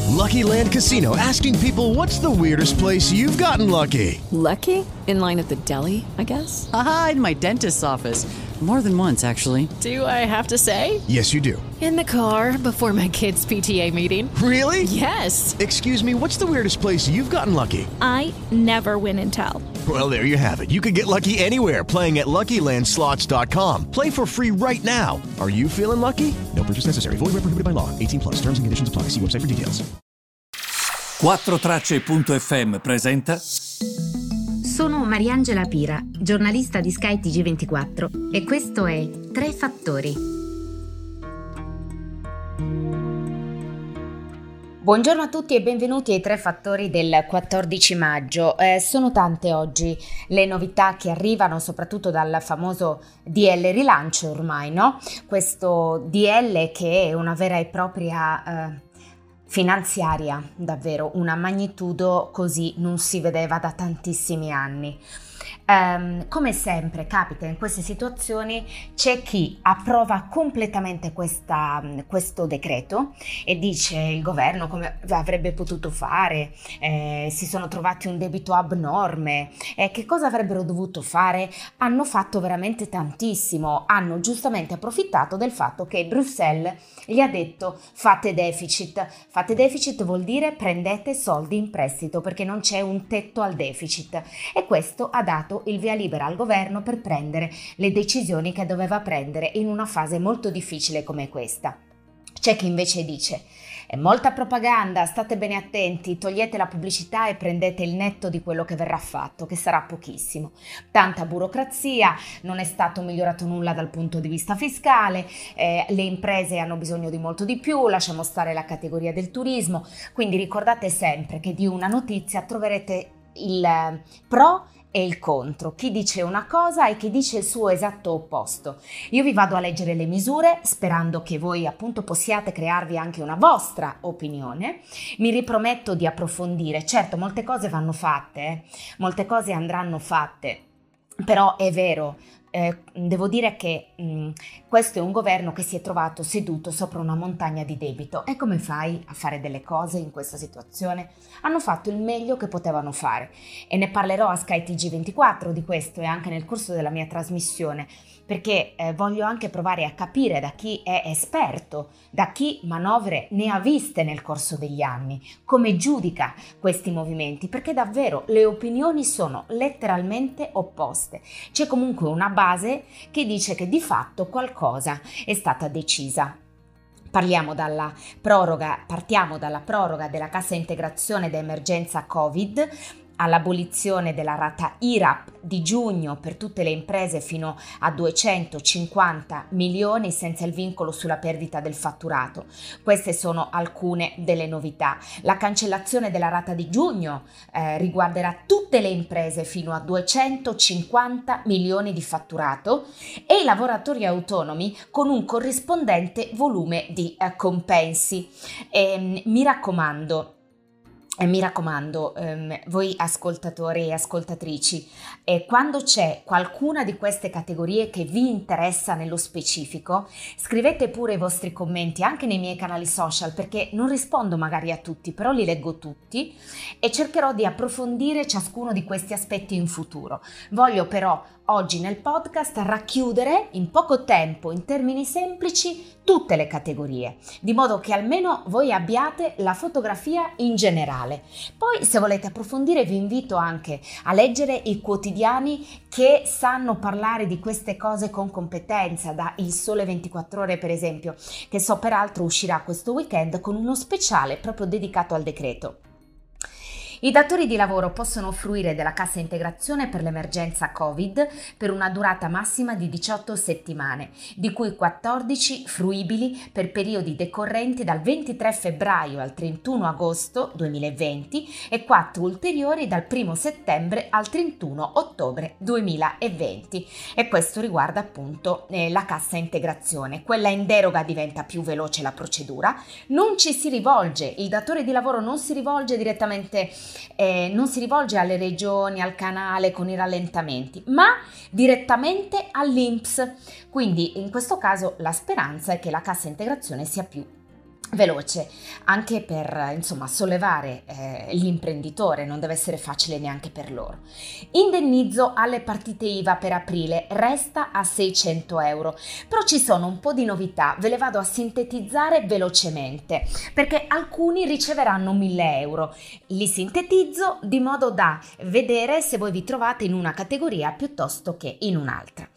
Lucky Land Casino, asking people, what's the weirdest place you've gotten lucky? Lucky? In line at the deli, I guess? Aha, in my dentist's office. More than once, actually. Do I have to say? Yes, you do. In the car before my kids' PTA meeting. Really? Yes. Excuse me, what's the weirdest place you've gotten lucky? I never win and tell. Well, there you have it. You can get lucky anywhere, playing at LuckyLandSlots.com. Play for free right now. Are you feeling lucky? No purchase necessary. Void where prohibited by law. 18+. Terms and conditions apply. See website for details. 4Tracce.fm presenta. Sono Mariangela Pira, giornalista di Sky TG24 e questo è Tre Fattori. Buongiorno a tutti e benvenuti ai Tre Fattori del 14 maggio. Sono tante oggi le novità che arrivano, soprattutto dal famoso DL rilancio ormai, no? Questo DL che è una vera e propria finanziaria, davvero una magnitudo così non si vedeva da tantissimi anni. Come sempre capita in queste situazioni, c'è chi approva completamente questo decreto e dice il governo come avrebbe potuto fare, si sono trovati un debito abnorme, che cosa avrebbero dovuto fare? Hanno fatto veramente tantissimo, hanno giustamente approfittato del fatto che Bruxelles gli ha detto fate deficit vuol dire prendete soldi in prestito perché non c'è un tetto al deficit e questo ha dato il via libera al governo per prendere le decisioni che doveva prendere in una fase molto difficile come questa. C'è chi invece dice è molta propaganda, state bene attenti, togliete la pubblicità e prendete il netto di quello che verrà fatto, che sarà pochissimo. Tanta burocrazia, non è stato migliorato nulla dal punto di vista fiscale, le imprese hanno bisogno di molto di più, lasciamo stare la categoria del turismo, quindi ricordate sempre che di una notizia troverete il pro e il contro, chi dice una cosa e chi dice il suo esatto opposto. Io vi vado a leggere le misure sperando che voi appunto possiate crearvi anche una vostra opinione. Mi riprometto di approfondire, certo molte cose vanno fatte, molte cose andranno fatte, però è vero, devo dire che questo è un governo che si è trovato seduto sopra una montagna di debito. E come fai a fare delle cose in questa situazione? Hanno fatto il meglio che potevano fare e ne parlerò a Sky TG24 di questo e anche nel corso della mia trasmissione, perché voglio anche provare a capire da chi è esperto, da chi manovre ne ha viste nel corso degli anni, come giudica questi movimenti, perché davvero le opinioni sono letteralmente opposte. C'è comunque una base che dice che di fatto qualcosa è stata decisa. Partiamo dalla proroga della cassa integrazione d'emergenza Covid, all'abolizione della rata IRAP di giugno per tutte le imprese fino a 250 milioni senza il vincolo sulla perdita del fatturato. Queste sono alcune delle novità. La cancellazione della rata di giugno riguarderà tutte le imprese fino a 250 milioni di fatturato e i lavoratori autonomi con un corrispondente volume di compensi. Mi raccomando, voi ascoltatori e ascoltatrici, quando c'è qualcuna di queste categorie che vi interessa nello specifico, scrivete pure i vostri commenti anche nei miei canali social, perché non rispondo magari a tutti, però li leggo tutti e cercherò di approfondire ciascuno di questi aspetti in futuro. Voglio però oggi nel podcast racchiudere in poco tempo, in termini semplici, tutte le categorie, di modo che almeno voi abbiate la fotografia in generale. Poi, se volete approfondire, vi invito anche a leggere i quotidiani che sanno parlare di queste cose con competenza, da Il Sole 24 Ore per esempio, che so peraltro uscirà questo weekend con uno speciale proprio dedicato al decreto. I datori di lavoro possono fruire della cassa integrazione per l'emergenza Covid per una durata massima di 18 settimane, di cui 14 fruibili per periodi decorrenti dal 23 febbraio al 31 agosto 2020 e 4 ulteriori dal 1 settembre al 31 ottobre 2020. E questo riguarda appunto la cassa integrazione. Quella in deroga diventa più veloce la procedura, non ci si rivolge, il datore di lavoro non si rivolge direttamente, non si rivolge alle regioni, al canale con i rallentamenti, ma direttamente all'INPS. Quindi in questo caso la speranza è che la cassa integrazione sia più veloce, anche per sollevare l'imprenditore, non deve essere facile neanche per loro. Indennizzo alle partite IVA per aprile resta a 600 euro, però ci sono un po' di novità, ve le vado a sintetizzare velocemente, perché alcuni riceveranno 1.000 euro. Li sintetizzo di modo da vedere se voi vi trovate in una categoria piuttosto che in un'altra.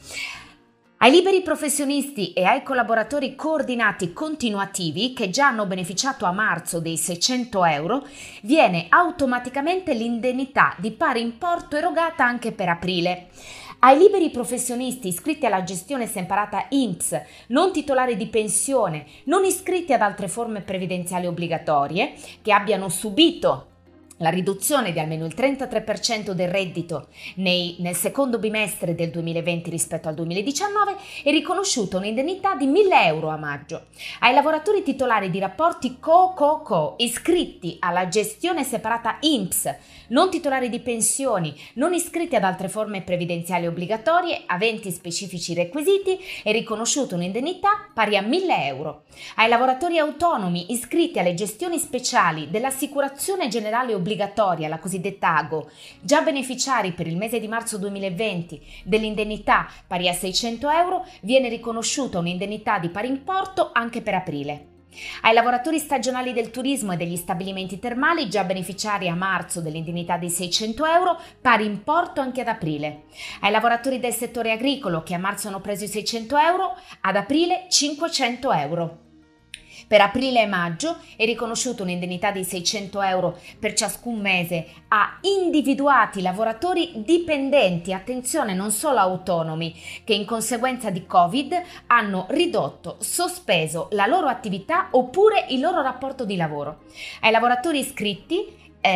Ai liberi professionisti e ai collaboratori coordinati continuativi che già hanno beneficiato a marzo dei 600 euro viene automaticamente l'indennità di pari importo erogata anche per aprile. Ai liberi professionisti iscritti alla gestione separata INPS, non titolari di pensione, non iscritti ad altre forme previdenziali obbligatorie, che abbiano subito la riduzione di almeno il 33% del reddito nel secondo bimestre del 2020 rispetto al 2019 è riconosciuta un'indennità di 1.000 euro a maggio. Ai lavoratori titolari di rapporti co-co-co iscritti alla gestione separata INPS, non titolari di pensioni, non iscritti ad altre forme previdenziali obbligatorie, aventi specifici requisiti, è riconosciuta un'indennità pari a 1.000 euro. Ai lavoratori autonomi iscritti alle gestioni speciali dell'assicurazione generale obbligatoria, la cosiddetta AGO, già beneficiari per il mese di marzo 2020 dell'indennità pari a 600 euro, viene riconosciuta un'indennità di pari importo anche per aprile. Ai lavoratori stagionali del turismo e degli stabilimenti termali, già beneficiari a marzo dell'indennità di 600 euro, pari importo anche ad aprile. Ai lavoratori del settore agricolo che a marzo hanno preso i 600 euro, ad aprile 500 euro. Per aprile e maggio è riconosciuta un'indennità di 600 euro per ciascun mese a individuati lavoratori dipendenti, attenzione, non solo autonomi, che in conseguenza di Covid hanno ridotto, sospeso la loro attività oppure il loro rapporto di lavoro. Ai lavoratori iscritti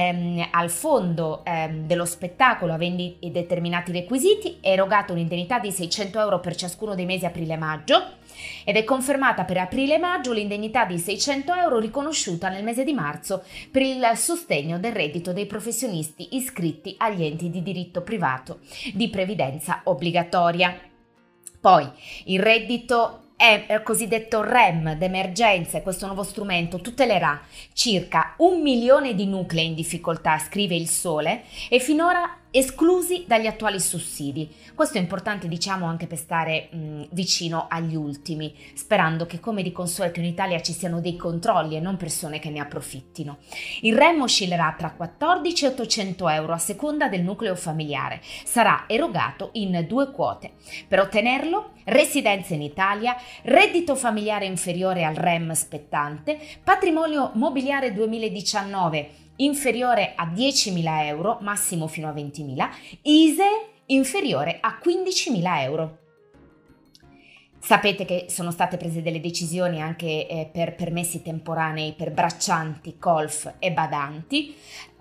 al fondo dello spettacolo avendo determinati requisiti è erogata un'indennità di 600 euro per ciascuno dei mesi aprile e maggio ed è confermata per aprile e maggio l'indennità di 600 euro riconosciuta nel mese di marzo per il sostegno del reddito dei professionisti iscritti agli enti di diritto privato di previdenza obbligatoria. Poi il reddito è il cosiddetto REM d'emergenza, questo nuovo strumento tutelerà circa 1 milione di nuclei in difficoltà, scrive Il Sole, e finora esclusi dagli attuali sussidi. Questo è importante, anche per stare vicino agli ultimi, sperando che come di consueto in Italia ci siano dei controlli e non persone che ne approfittino. Il REM oscillerà tra 14 e 800 euro a seconda del nucleo familiare. Sarà erogato in 2 quote. Per ottenerlo, residenza in Italia, reddito familiare inferiore al REM spettante, patrimonio mobiliare 2019 inferiore a 10.000 euro, massimo fino a 20.000, ISEE inferiore a 15.000 euro. Sapete che sono state prese delle decisioni anche per permessi temporanei per braccianti, colf e badanti,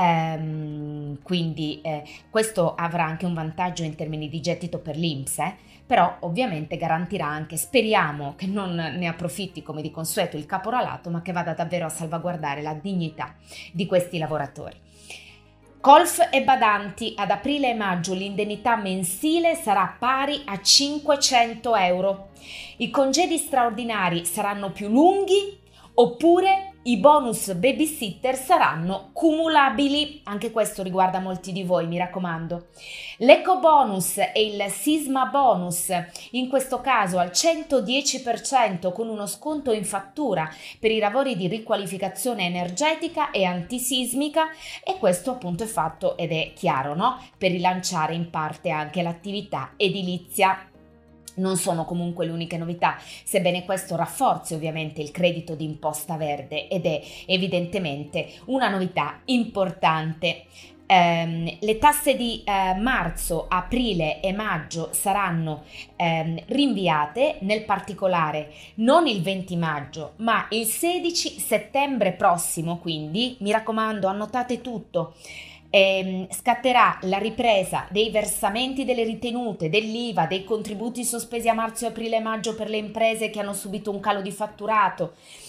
quindi questo avrà anche un vantaggio in termini di gettito per l'INPS, però ovviamente garantirà anche, speriamo che non ne approfitti come di consueto il caporalato, ma che vada davvero a salvaguardare la dignità di questi lavoratori. Colf e badanti, ad aprile e maggio l'indennità mensile sarà pari a 500 euro. I congedi straordinari saranno più lunghi oppure i bonus babysitter saranno cumulabili. Anche questo riguarda molti di voi, mi raccomando. L'eco bonus e il sisma bonus, in questo caso al 110% con uno sconto in fattura per i lavori di riqualificazione energetica e antisismica, e questo appunto è fatto ed è chiaro, no? Per rilanciare in parte anche l'attività edilizia. Non sono comunque le uniche novità, sebbene questo rafforzi ovviamente il credito d'imposta verde ed è evidentemente una novità importante. Le tasse di marzo, aprile e maggio saranno rinviate, nel particolare non il 20 maggio ma il 16 settembre prossimo, quindi mi raccomando annotate tutto. Scatterà la ripresa dei versamenti delle ritenute, dell'IVA, dei contributi sospesi a marzo, aprile e maggio per le imprese che hanno subito un calo di fatturato,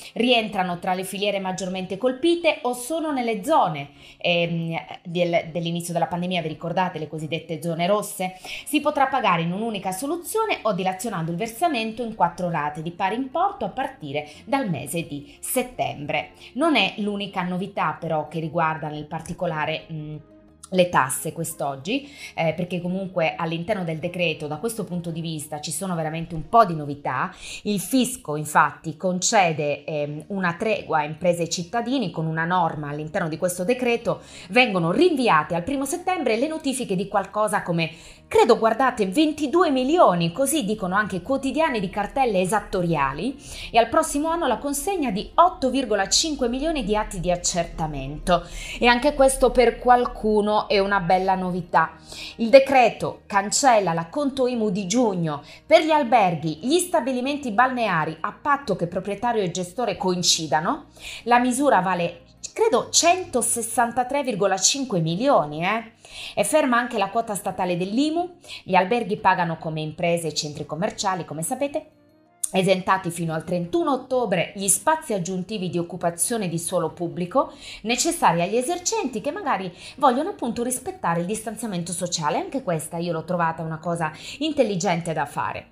rientrano tra le filiere maggiormente colpite o sono nelle zone dell'inizio della pandemia, vi ricordate le cosiddette zone rosse? Si potrà pagare in un'unica soluzione o dilazionando il versamento in 4 rate di pari importo a partire dal mese di settembre. Non è l'unica novità però che riguarda nel particolare le tasse quest'oggi, perché comunque all'interno del decreto da questo punto di vista ci sono veramente un po' di novità. Il fisco infatti concede una tregua a imprese e cittadini con una norma all'interno di questo decreto. Vengono rinviate al 1° settembre le notifiche di qualcosa come, credo, guardate, 22 milioni, così dicono anche i quotidiani, di cartelle esattoriali, e al prossimo anno la consegna di 8,5 milioni di atti di accertamento. E anche questo per qualcuno è una bella novità. Il decreto cancella l'acconto IMU di giugno per gli alberghi, gli stabilimenti balneari, a patto che proprietario e gestore coincidano. La misura vale, credo, 163,5 milioni, E ferma anche la quota statale dell'IMU. Gli alberghi pagano come imprese e centri commerciali, come sapete. Esentati fino al 31 ottobre gli spazi aggiuntivi di occupazione di suolo pubblico necessari agli esercenti che magari vogliono appunto rispettare il distanziamento sociale. Anche questa io l'ho trovata una cosa intelligente da fare.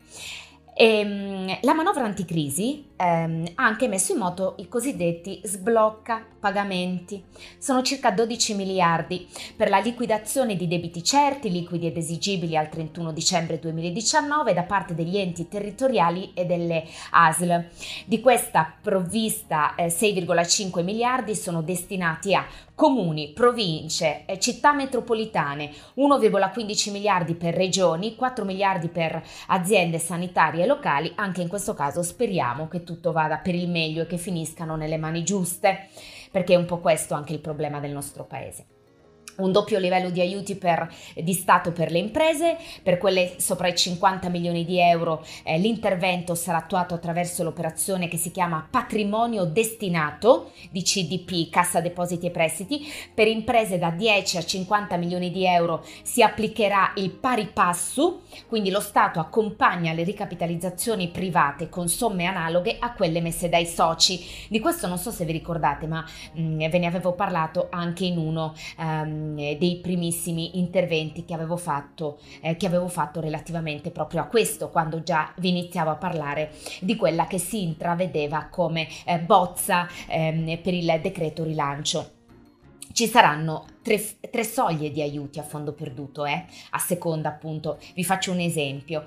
La manovra anticrisi ha anche messo in moto i cosiddetti sblocca pagamenti. Sono circa 12 miliardi per la liquidazione di debiti certi, liquidi ed esigibili al 31 dicembre 2019 da parte degli enti territoriali e delle ASL. Di questa provvista 6,5 miliardi sono destinati a comuni, province, città metropolitane, 1,15 miliardi per regioni, 4 miliardi per aziende sanitarie locali. Anche in questo caso speriamo che tutto vada per il meglio e che finiscano nelle mani giuste, perché è un po' questo anche il problema del nostro paese. Un doppio livello di aiuti di Stato per le imprese. Per quelle sopra i 50 milioni di euro l'intervento sarà attuato attraverso l'operazione che si chiama patrimonio destinato di CDP, Cassa Depositi e Prestiti. Per imprese da 10 a 50 milioni di euro si applicherà il pari passo, quindi lo Stato accompagna le ricapitalizzazioni private con somme analoghe a quelle messe dai soci. Di questo non so se vi ricordate, ma ve ne avevo parlato anche in uno dei primissimi interventi che avevo fatto relativamente proprio a questo, quando già vi iniziavo a parlare di quella che si intravedeva come bozza per il decreto rilancio. Ci saranno tre soglie di aiuti a fondo perduto, a seconda appunto. Vi faccio un esempio.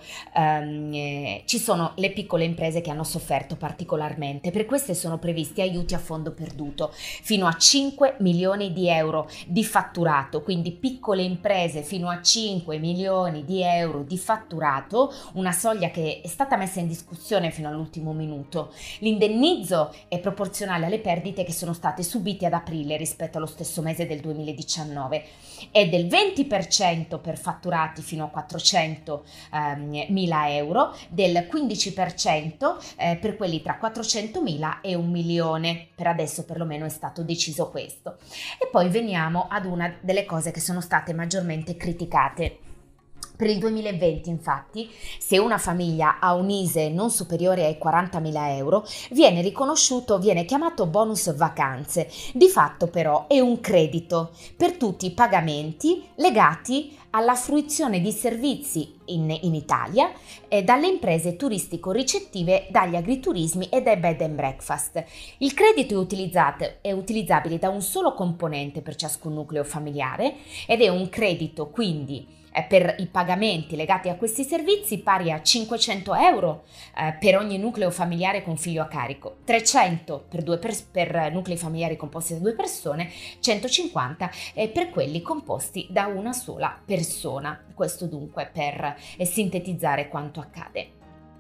Ci sono le piccole imprese che hanno sofferto particolarmente. Per queste sono previsti aiuti a fondo perduto fino a 5 milioni di euro di fatturato, quindi piccole imprese fino a 5 milioni di euro di fatturato, una soglia che è stata messa in discussione fino all'ultimo minuto. L'indennizzo è proporzionale alle perdite che sono state subite ad aprile rispetto allo stesso mese del 2019. È del 20% per fatturati fino a 400.000 euro, del 15% per quelli tra 400.000 e 1 milione. Per adesso perlomeno è stato deciso questo. E poi veniamo ad una delle cose che sono state maggiormente criticate. Per il 2020, infatti, se una famiglia ha un ISEE non superiore ai 40.000 euro, viene chiamato bonus vacanze. Di fatto però è un credito per tutti i pagamenti legati alla fruizione di servizi in Italia dalle imprese turistico-ricettive, dagli agriturismi e dai bed and breakfast. Il credito è utilizzabile da un solo componente per ciascun nucleo familiare ed è un credito quindi per i pagamenti legati a questi servizi pari a 500 euro per ogni nucleo familiare con figlio a carico, 300 per nuclei familiari composti da 2 persone, 150 per quelli composti da una sola persona. Questo dunque per sintetizzare quanto accade.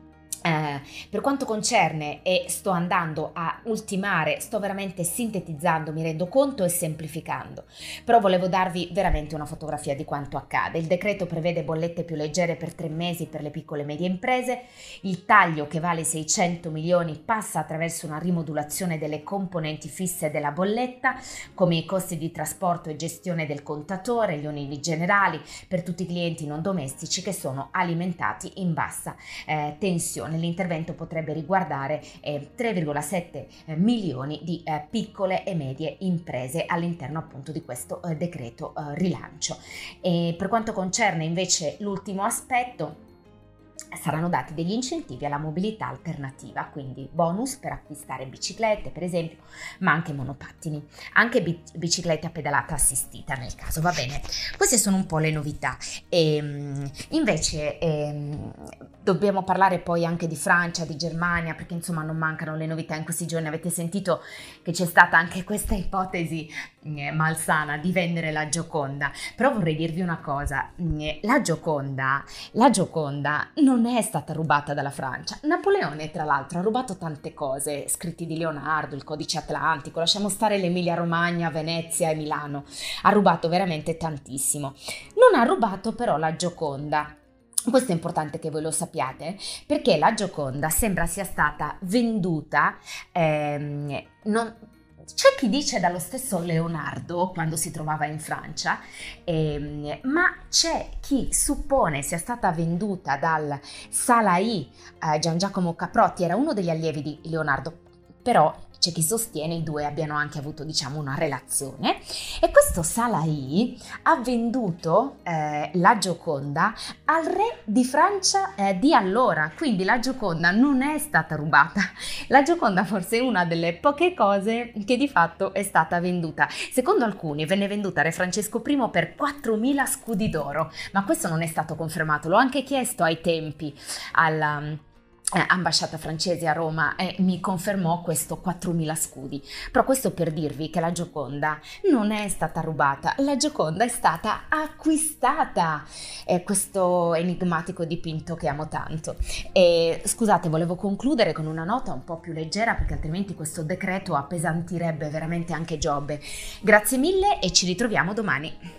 Per quanto concerne, e sto andando a ultimare, sto veramente sintetizzando, mi rendo conto, e semplificando, però volevo darvi veramente una fotografia di quanto accade. Il decreto prevede bollette più leggere per 3 mesi per le piccole e medie imprese. Il taglio, che vale 600 milioni, passa attraverso una rimodulazione delle componenti fisse della bolletta, come i costi di trasporto e gestione del contatore, gli oneri generali per tutti i clienti non domestici che sono alimentati in bassa tensione. l'intervento potrebbe riguardare 3,7 milioni di piccole e medie imprese all'interno appunto di questo decreto rilancio. E per quanto concerne invece l'ultimo aspetto, saranno dati degli incentivi alla mobilità alternativa, quindi bonus per acquistare biciclette per esempio, ma anche monopattini, anche biciclette a pedalata assistita nel caso, va bene. Queste sono un po' le novità. Invece dobbiamo parlare poi anche di Francia, di Germania, perché insomma non mancano le novità in questi giorni. Avete sentito che c'è stata anche questa ipotesi malsana di vendere la Gioconda, però vorrei dirvi una cosa, la Gioconda non è stata rubata dalla Francia. Napoleone tra l'altro ha rubato tante cose, scritti di Leonardo, il Codice Atlantico, lasciamo stare l'Emilia Romagna, Venezia e Milano, ha rubato veramente tantissimo. Non ha rubato però la Gioconda. Questo è importante che voi lo sappiate, perché la Gioconda sembra sia stata venduta, c'è chi dice dallo stesso Leonardo quando si trovava in Francia, ma c'è chi suppone sia stata venduta dal Salai Gian Giacomo Caprotti, era uno degli allievi di Leonardo, però c'è chi sostiene i due abbiano anche avuto una relazione, e questo Salai ha venduto la Gioconda al re di Francia di allora, quindi la Gioconda non è stata rubata, la Gioconda forse è una delle poche cose che di fatto è stata venduta. Secondo alcuni venne venduta a re Francesco I per 4.000 scudi d'oro, ma questo non è stato confermato, l'ho anche chiesto ai tempi alla ambasciata francese a Roma e mi confermò questo 4.000 scudi. Però questo per dirvi che la Gioconda non è stata rubata, la Gioconda è stata acquistata, questo enigmatico dipinto che amo tanto. E scusate, volevo concludere con una nota un po' più leggera, perché altrimenti questo decreto appesantirebbe veramente anche Giobbe. Grazie mille e ci ritroviamo domani.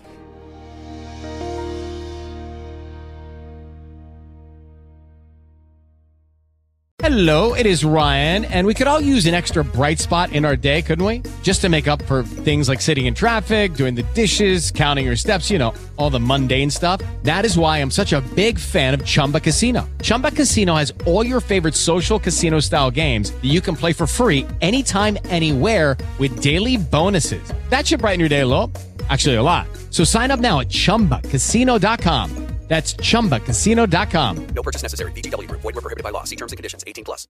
Hello, it is Ryan, and we could all use an extra bright spot in our day, couldn't we? Just to make up for things like sitting in traffic, doing the dishes, counting your steps, all the mundane stuff. That is why I'm such a big fan of Chumba Casino. Chumba Casino has all your favorite social casino-style games that you can play for free anytime, anywhere with daily bonuses. That should brighten your day a little. Actually, a lot. So sign up now at ChumbaCasino.com. That's ChumbaCasino.com. No purchase necessary. VGW Group. Void where prohibited by law. See terms and conditions. 18+.